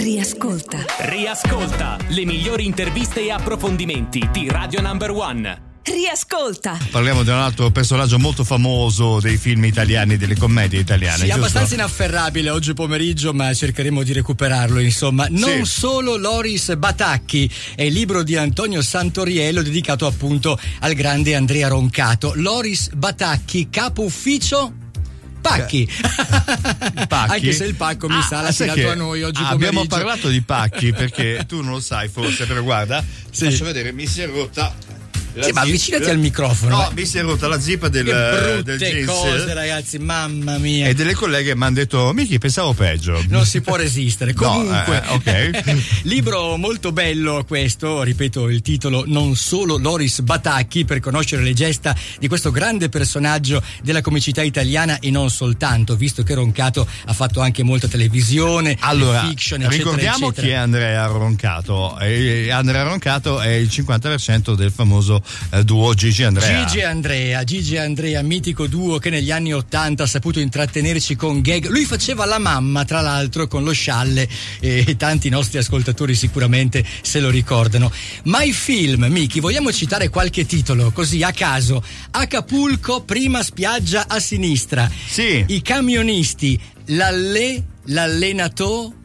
Riascolta le migliori interviste e approfondimenti di Radio Number One. Riascolta. Parliamo di un altro personaggio molto famoso dei film italiani, delle commedie italiane. Sì, giusto? Abbastanza inafferrabile oggi pomeriggio, ma cercheremo di recuperarlo, insomma. Non solo Loris Batacchi, è il libro di Antonio Santoriello dedicato appunto al grande Andrea Roncato. Loris Batacchi, capo ufficio Pacchi. Anche se il pacco mi sa l'ha tirato a noi oggi pomeriggio. Abbiamo parlato di pacchi perché tu non lo sai forse, però guarda, faccio vedere, mi si è rotta. Ma avvicinati al microfono. No, mi si è rotta la zippa del jeans. Cose, ragazzi, mamma mia. E delle colleghe mi hanno detto: Miki, pensavo peggio. Non si può resistere. Comunque, ok. Libro molto bello questo, ripeto il titolo, Non solo Loris Batacchi, per conoscere le gesta di questo grande personaggio della comicità italiana e non soltanto, visto che Roncato ha fatto anche molta televisione, fiction, eccetera. Ricordiamo chi è Andrea Roncato. Andrea Roncato è il 50% del famoso duo Gigi Andrea. Gigi Andrea, mitico duo che negli anni '80 ha saputo intrattenerci con gag. Lui faceva la mamma, tra l'altro, con lo scialle, e tanti nostri ascoltatori sicuramente se lo ricordano. Ma i film, Miki, vogliamo citare qualche titolo così a caso? Acapulco, prima spiaggia a sinistra. Sì. I camionisti, l'allenatore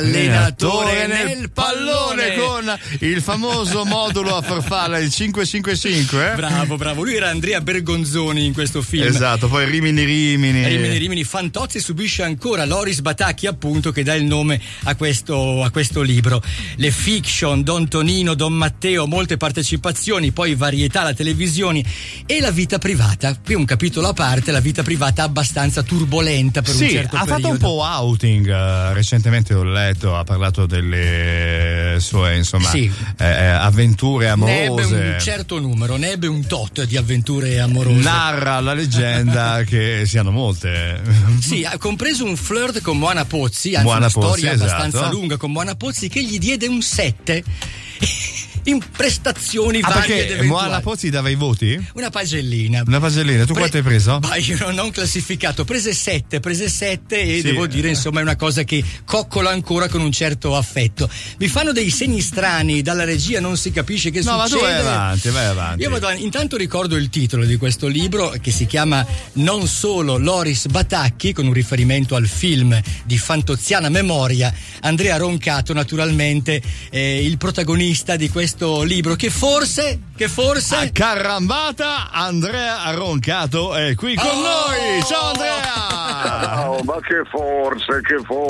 nel pallone, con il famoso modulo a farfalla, il 555. Bravo, lui era Andrea Bergonzoni in questo film. Esatto, poi Rimini. Fantozzi subisce ancora, Loris Batacchi appunto, che dà il nome a questo libro. Le fiction, Don Tonino, Don Matteo, molte partecipazioni, poi varietà, la televisione e la vita privata. Qui un capitolo a parte, la vita privata abbastanza turbolenta per un certo periodo. Ha fatto un po' outing recentemente, ho letto, ha parlato delle sue avventure amorose. Ne ebbe un certo numero, ne ebbe un tot di avventure amorose. Narra la leggenda che siano molte. Sì, ha compreso un flirt con Moana Pozzi, anzi una storia abbastanza lunga con Moana Pozzi, che gli diede un 7 in prestazioni varie ed eventuali. Moana Pozzi dava i voti? Una pagellina. Tu quanto hai preso? Io non ho classificato, prese 7 e devo dire, insomma, è una cosa che coccola ancora con un certo affetto. Mi fanno dei segni strani dalla regia, non si capisce che succede. Ma tu vai avanti. Io vado avanti. Intanto ricordo il titolo di questo libro, che si chiama Non solo Loris Batacchi, con un riferimento al film di fantoziana memoria. Andrea Roncato, naturalmente, il protagonista di questo libro, che forse carambata, Andrea Roncato è qui con noi. Ciao Andrea. Ciao, ma che forse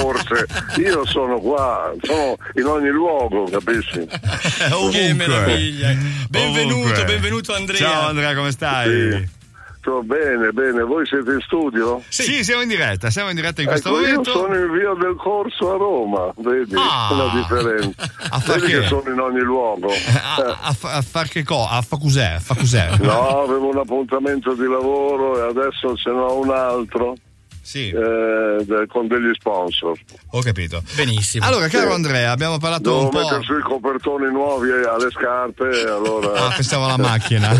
io sono qua, sono in ogni luogo, capisci? Che meraviglia. Benvenuto Andrea. Ciao Andrea, come stai? Sì. Sto bene, voi siete in studio? Sì, siamo in diretta in questo momento. Io sono in via del Corso a Roma, vedi la differenza. Vedi che sono in ogni luogo. A far che cosa? A fa cos'è? No, avevo un appuntamento di lavoro e adesso ce n'ho un altro. Sì. Con degli sponsor. Ho capito. Benissimo. Allora, caro Andrea, abbiamo parlato un po'. Devo mettere sui copertoni nuovi alle scarpe, allora. Pensavo alla macchina.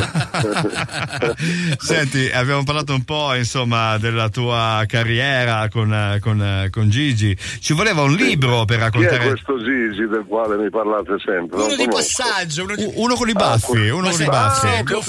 Senti, abbiamo parlato un po', insomma, della tua carriera con Gigi. Ci voleva un libro per raccontare. Chi è questo Gigi del quale mi parlate sempre? Uno di passaggio, uno con i baffi, tuo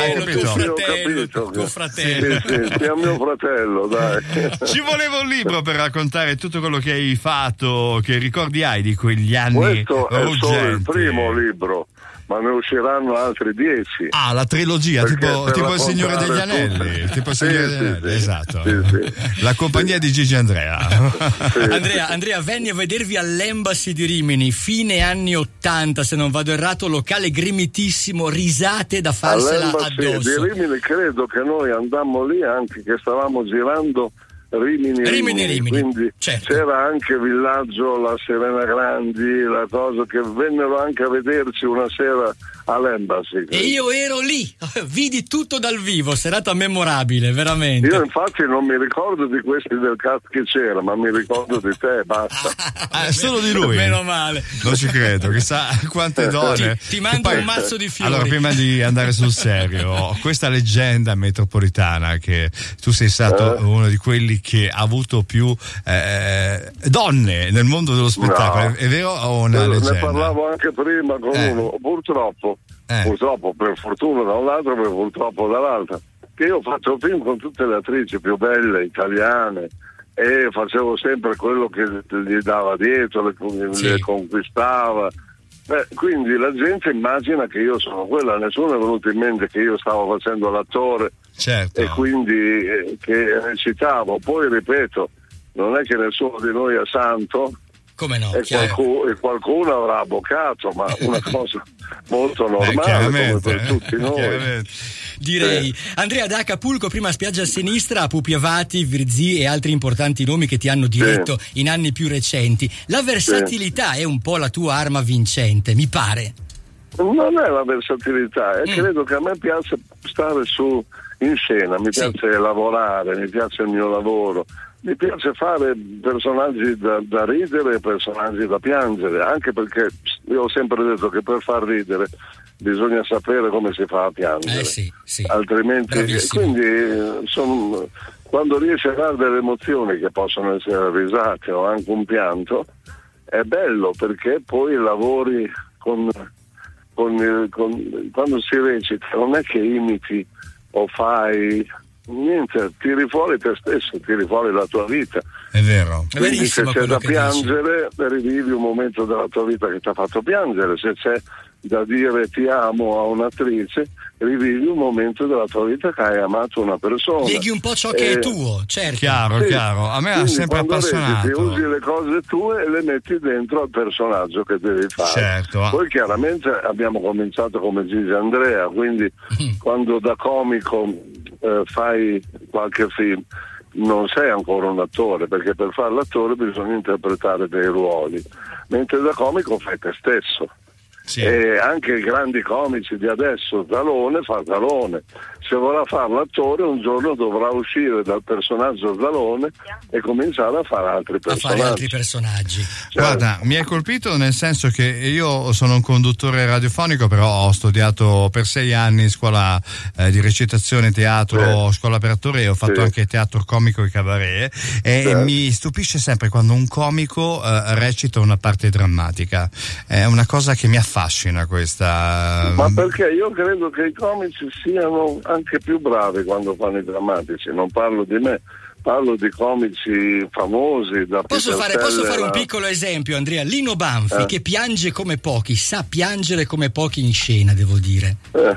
fratello. Sì, è mio fratello, dai. Ci voleva un libro per raccontare tutto quello che hai fatto, che ricordi hai di quegli anni. Questo è solo il primo libro, ma ne usciranno altri 10. La trilogia, tipo il Signore degli Anelli. Esatto. Sì. La compagnia di Gigi Andrea. Sì. Andrea, venni a vedervi all'Embassy di Rimini, fine anni '80, se non vado errato, locale grimitissimo, risate da farsela addosso. Di Rimini, credo che noi andammo lì anche che stavamo girando Rimini, quindi certo. C'era anche Villaggio, la Serena Grandi, la cosa, che vennero anche a vederci una sera all'Embassy. E io ero lì, vidi tutto dal vivo, serata memorabile, veramente. Io infatti non mi ricordo di questi del cast che c'era, ma mi ricordo di te, basta. Solo di lui? Meno male. Non ci credo, chissà quante donne. Ti mando un mazzo di fiori. Allora, prima di andare sul serio, questa leggenda metropolitana che tu sei stato uno di quelli lui che ha avuto più donne nel mondo dello spettacolo, no. È vero o una leggenda? Ne parlavo anche prima con uno, purtroppo, per fortuna da un lato, per purtroppo dall'altra, che io faccio film con tutte le attrici più belle italiane e facevo sempre quello che gli dava dietro, le conquistava. Quindi la gente immagina che io sono quella, nessuno è venuto in mente che io stavo facendo l'attore, certo. E quindi che recitavo. Poi ripeto, non è che nessuno di noi è santo. Come no? E qualcuno avrà avvocato, ma una cosa molto normale come per tutti noi. Direi. Andrea da Acapulco, prima Spiaggia a Sinistra, Pupi Avati, Virzì e altri importanti nomi che ti hanno diretto in anni più recenti. La versatilità è un po' la tua arma vincente, mi pare. Non è la versatilità, credo che a me piace stare in scena, mi piace lavorare, mi piace il mio lavoro. Mi piace fare personaggi da ridere e personaggi da piangere, anche perché io ho sempre detto che per far ridere bisogna sapere come si fa a piangere, sì. Altrimenti. Bravissimo. Quindi quando riesci a dare delle emozioni che possono essere risate o anche un pianto, è bello, perché poi lavori quando si recita, non è che imiti o fai niente, tiri fuori te stesso, tiri fuori la tua vita. È vero. Quindi se c'è da piangere, rivivi un momento della tua vita che ti ha fatto piangere. Se c'è da dire ti amo a un'attrice, rivivi un momento della tua vita che hai amato una persona. Leghi un po' ciò che è tuo, certo. Chiaro. A me ha sempre appassionato. Ti usi le cose tue e le metti dentro al personaggio che devi fare. Certo. Poi chiaramente abbiamo cominciato come Gigi Andrea, quindi quando da comico fai qualche film non sei ancora un attore, perché per fare l'attore bisogna interpretare dei ruoli, mentre da comico fai te stesso. Sì. E anche i grandi comici di adesso, Zalone fa Zalone. Se vorrà fare l'attore, un giorno dovrà uscire dal personaggio Zalone e cominciare a fare altri personaggi. Certo. Guarda, mi è colpito nel senso che io sono un conduttore radiofonico, però ho studiato per 6 anni in scuola di recitazione, teatro, scuola per attori, e ho fatto anche teatro comico e cabaret, e mi stupisce sempre quando un comico recita una parte drammatica. È una cosa che mi affascina questa. Ma perché io credo che i comici siano anche più bravi quando fanno i drammatici, non parlo di me, parlo di comici famosi. Posso fare un piccolo esempio, Andrea? Lino Banfi, che piange come pochi, sa piangere come pochi in scena, devo dire.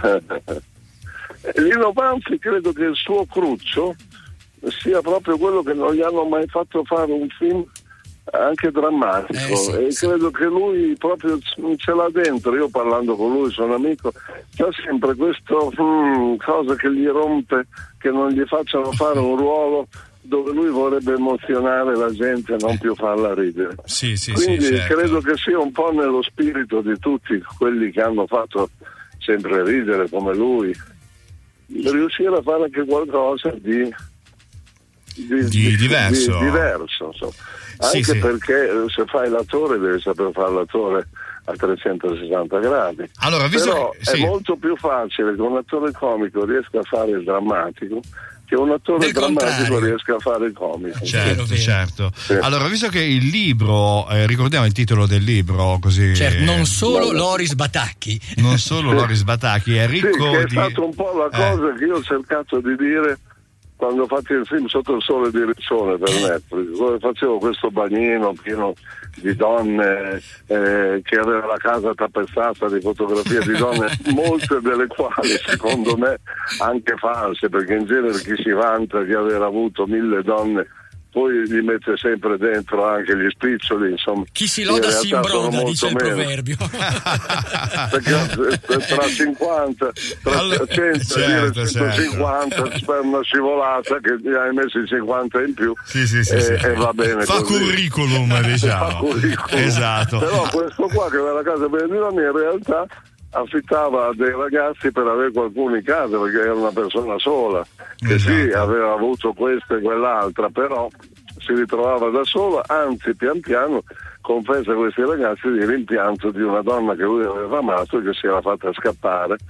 Lino Banfi, credo che il suo cruccio sia proprio quello che non gli hanno mai fatto fare un film anche drammatico, credo che lui proprio ce l'ha dentro. Io parlando con lui, sono amico, c'è sempre questo cosa che gli rompe, che non gli facciano fare un ruolo dove lui vorrebbe emozionare la gente, non più farla ridere. Quindi certo. Credo che sia un po' nello spirito di tutti quelli che hanno fatto sempre ridere come lui, riuscire a fare anche qualcosa di diverso. Insomma. Anche perché se fai l'attore devi saper fare l'attore a 360 gradi. Allora, però è molto più facile che un attore comico riesca a fare il drammatico che un attore drammatico riesca a fare il comico. Certo. Sì. Allora, visto che il libro, ricordiamo il titolo del libro, così. Certo, non solo Loris Batacchi. Non solo Loris Batacchi, è ricco che è stato un po' la cosa che io ho cercato di dire quando ho fatto il film Sotto il sole di Riccione per Netflix, dove facevo questo bagnino pieno di donne, che aveva la casa tappezzata di fotografie di donne, molte delle quali secondo me anche false, perché in genere chi si vanta di aver avuto 1000 donne poi gli mette sempre dentro anche gli spiccioli, insomma. Chi si loda si imbroda, dice il proverbio. Perché tra 50, tra 100 150 per una scivolata che gli hai messo i 50 in più e va bene. Fa così. curriculum, diciamo. Fa curriculum. Esatto. Però questo qua che aveva la casa per di donne in realtà affittava dei ragazzi per avere qualcuno in casa, perché era una persona sola che aveva avuto questa e quell'altra, però si ritrovava da sola, anzi pian piano confessa a questi ragazzi di rimpianto di una donna che lui aveva amato e che si era fatta scappare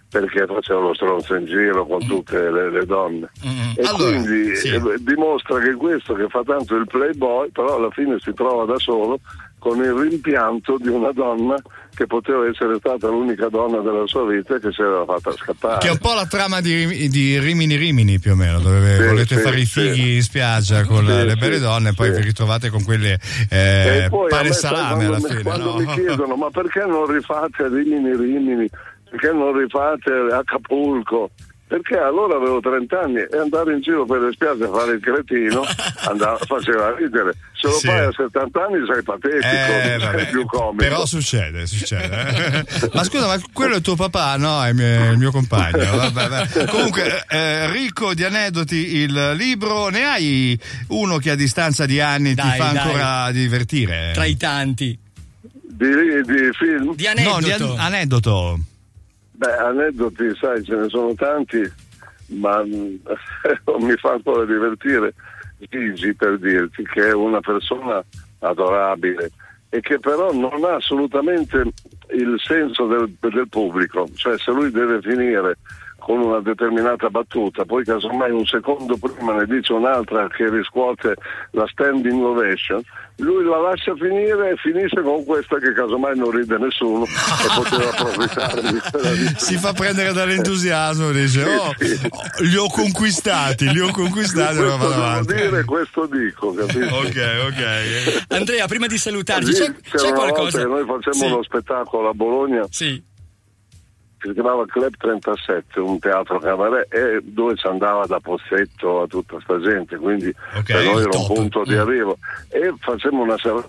perché faceva lo stronzo in giro con tutte le donne. E allora, quindi dimostra che questo che fa tanto il playboy, però alla fine si trova da solo con il rimpianto di una donna che poteva essere stata l'unica donna della sua vita che si aveva fatta scappare. Che è un po' la trama di Rimini più o meno, dove volete fare i fighi in spiaggia con le belle donne e poi vi ritrovate con quelle pane e salame alla fine. Quando mi chiedono ma perché non rifate Rimini, perché non rifate Acapulco? Perché allora avevo 30 anni e andare in giro per le spiagge a fare il cretino faceva ridere. Se lo fai a 70 anni sei patetico, sei più comico. Però succede. Ma scusa, ma quello è tuo papà? No, è il mio compagno. Vabbè. Comunque, ricco di aneddoti il libro. Ne hai uno che a distanza di anni ti fa ancora divertire? Tra i tanti. Di film? Di aneddoto. No, di aneddoto. Beh, aneddoti, sai, ce ne sono tanti, ma mi fa ancora divertire Gigi, per dirti, che è una persona adorabile e che però non ha assolutamente il senso del pubblico. Cioè, se lui deve finire con una determinata battuta, poi casomai un secondo prima ne dice un'altra che riscuote la standing ovation, lui la lascia finire e finisce con questa che casomai non ride nessuno e poteva approfittare. Si fa prendere dall'entusiasmo, dice li ho conquistati questo ma vado avanti. Questo dico, capito? Ok. Andrea, prima di salutarci, c'è qualcosa? Che noi facciamo uno spettacolo a Bologna. Sì. Si chiamava Club 37, un teatro cabaret, e dove ci andava da Pozzetto a tutta sta gente, quindi per noi era un punto di arrivo. E facemmo una serata.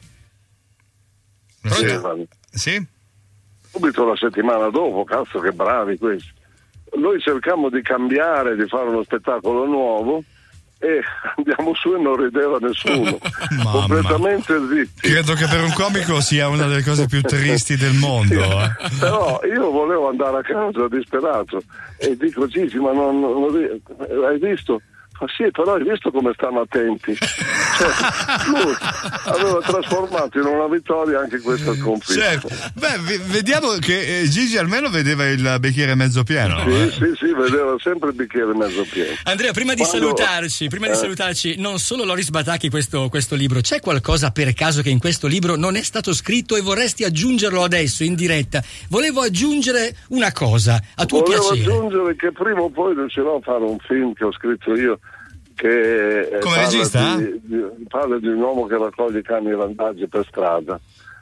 Sì? Subito la settimana dopo, cazzo che bravi questi. Noi cercammo di cambiare, di fare uno spettacolo nuovo e andiamo su e non rideva nessuno. Completamente zitti. Credo che per un comico sia una delle cose più tristi del mondo. Però io volevo andare a casa disperato e dico Gigi, ma non hai visto? Ma sì, però hai visto come stanno attenti? Cioè, lui aveva trasformato in una vittoria anche questa sconfitta. Certo. Beh, vediamo che Gigi almeno vedeva il bicchiere mezzo pieno. Sì, vedeva sempre il bicchiere mezzo pieno. Andrea, prima di salutarci, non solo Loris Batacchi questo libro, c'è qualcosa per caso che in questo libro non è stato scritto e vorresti aggiungerlo adesso in diretta? Volevo aggiungere una cosa a tuo piacere. Volevo aggiungere che prima o poi riuscirò a fare un film che ho scritto io, che come regista? Parla di un uomo che raccoglie cani randaggi per strada.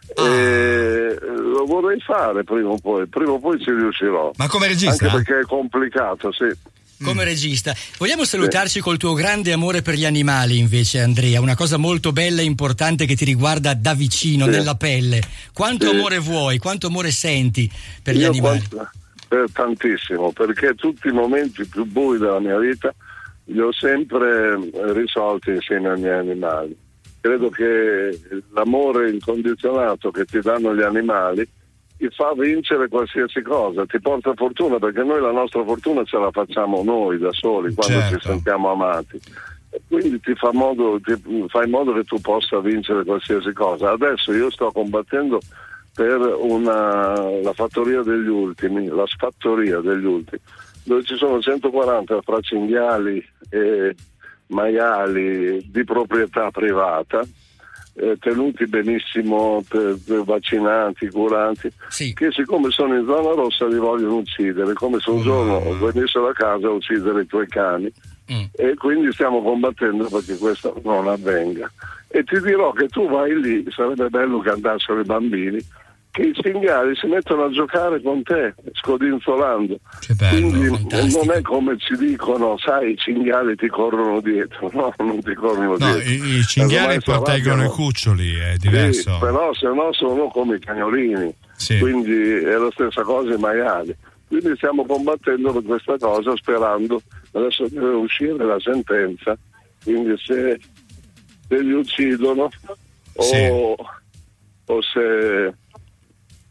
E lo vorrei fare prima o poi ci riuscirò. Ma come regista? Anche perché è complicato, sì. Come regista. Vogliamo salutarci col tuo grande amore per gli animali invece, Andrea, una cosa molto bella e importante che ti riguarda da vicino, nella pelle. Quanto amore vuoi, quanto amore senti per gli animali? Tantissimo, perché tutti i momenti più bui della mia vita li ho sempre risolti insieme ai miei animali. Credo che l'amore incondizionato che ti danno gli animali ti fa vincere qualsiasi cosa, ti porta fortuna, perché noi la nostra fortuna ce la facciamo noi da soli quando ci sentiamo amati. E quindi fa in modo che tu possa vincere qualsiasi cosa. Adesso io sto combattendo per la fattoria degli ultimi, la sfattoria degli ultimi, dove ci sono 140 fra cinghiali e maiali di proprietà privata, tenuti benissimo per vaccinanti, curanti, che siccome sono in zona rossa li vogliono uccidere, come se un giorno venissero a casa a uccidere i tuoi cani. E quindi stiamo combattendo perché questo non avvenga. E ti dirò che tu vai lì, sarebbe bello che andassero i bambini, che i cinghiali si mettono a giocare con te, scodinzolando. Che bello, quindi fantastico. non è come ci dicono, sai, i cinghiali ti corrono dietro. No, non ti corrono dietro. I cinghiali proteggono i cuccioli, è diverso. Sì, però se no sono come i cagnolini, quindi è la stessa cosa i maiali. Quindi stiamo combattendo per questa cosa, sperando. Adesso deve uscire la sentenza, quindi se li uccidono o se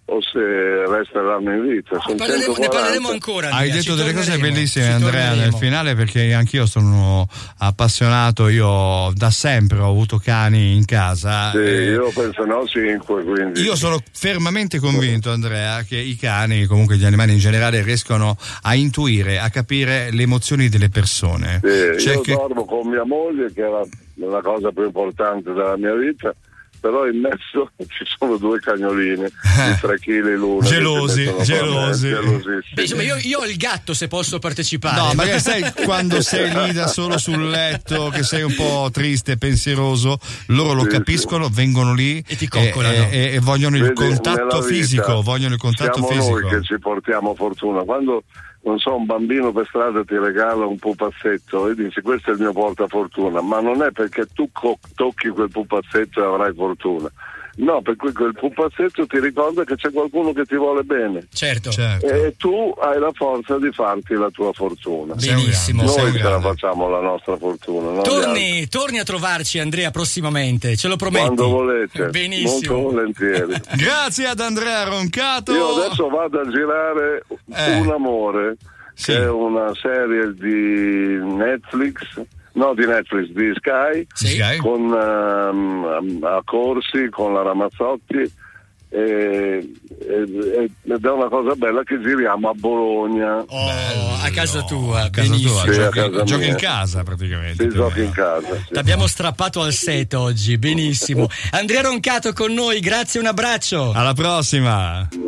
o se resteranno in vita. Ne parleremo ancora, Andrea. Hai detto delle cose bellissime, Andrea, nel finale, perché anch'io sono appassionato. Io da sempre ho avuto cani in casa. Sì, io penso 5, quindi. Io sono fermamente convinto, Andrea, che i cani, comunque gli animali in generale, riescono a intuire, a capire le emozioni delle persone. Sì, io dormo con mia moglie, che è la cosa più importante della mia vita. Però in mezzo ci sono 2 cagnolini di 3 kg l'uno. Gelosi. Beh, insomma, io ho il gatto, se posso partecipare. No, magari sai, quando sei lì da solo sul letto, che sei un po' triste, pensieroso, loro lo capiscono, vengono lì e ti coccolano e vogliono il contatto fisico. Siamo noi che ci portiamo fortuna. Quando non so, un bambino per strada ti regala un pupazzetto e dici questo è il mio portafortuna, ma non è perché tu tocchi quel pupazzetto e avrai fortuna. No, perché quel pupazzetto ti ricorda che c'è qualcuno che ti vuole bene. Certo. E tu hai la forza di farti la tua fortuna. Benissimo. Noi ce la facciamo la nostra fortuna. Torni a trovarci, Andrea, prossimamente, ce lo prometti? Quando volete. Benissimo. Molto volentieri. Grazie ad Andrea Roncato. Io adesso vado a girare Un amore, che è una serie di Netflix. No, di Sky, con Corsi, con la Ramazzotti, ed è una cosa bella che giriamo a Bologna. A casa tua, benissimo. Sì, giochi in casa praticamente. Sì, giochi in casa. Sì. T'abbiamo strappato al set oggi, benissimo. Andrea Roncato con noi, grazie, un abbraccio. Alla prossima.